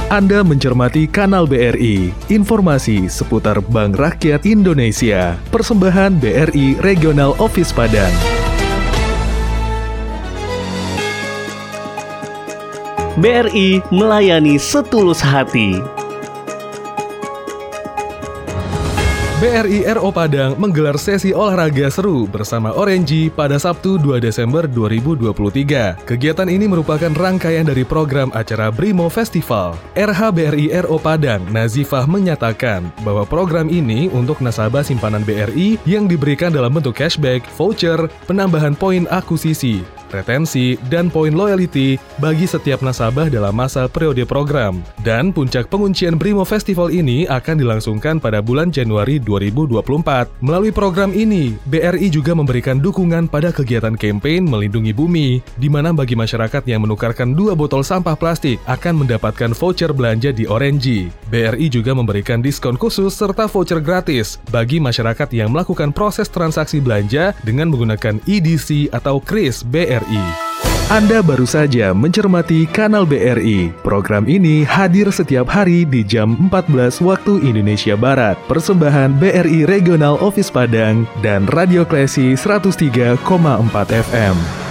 Anda mencermati Kanal BRI, informasi seputar Bank Rakyat Indonesia, persembahan BRI Regional Office Padang. BRI melayani setulus hati. BRI RO Padang menggelar sesi olahraga seru bersama Orange pada Sabtu 2 Desember 2023. Kegiatan ini merupakan rangkaian dari program acara Brimo Festival. RH BRI RO Padang, Nazifah, menyatakan bahwa program ini untuk nasabah simpanan BRI yang diberikan dalam bentuk cashback, voucher, penambahan poin akuisisi, retensi, dan poin loyalty bagi setiap nasabah dalam masa periode program. Dan puncak penguncian Brimo Festival ini akan dilangsungkan pada bulan Januari 2024. Melalui program ini, BRI juga memberikan dukungan pada kegiatan campaign Melindungi Bumi, di mana bagi masyarakat yang menukarkan 2 botol sampah plastik akan mendapatkan voucher belanja di Orange. BRI juga memberikan diskon khusus serta voucher gratis bagi masyarakat yang melakukan proses transaksi belanja dengan menggunakan EDC atau KRIS BRI. Anda baru saja mencermati Kanal BRI. Program ini hadir setiap hari di jam 14 waktu Indonesia Barat. Persembahan BRI Regional Office Padang dan Radio Klesi 103,4 FM.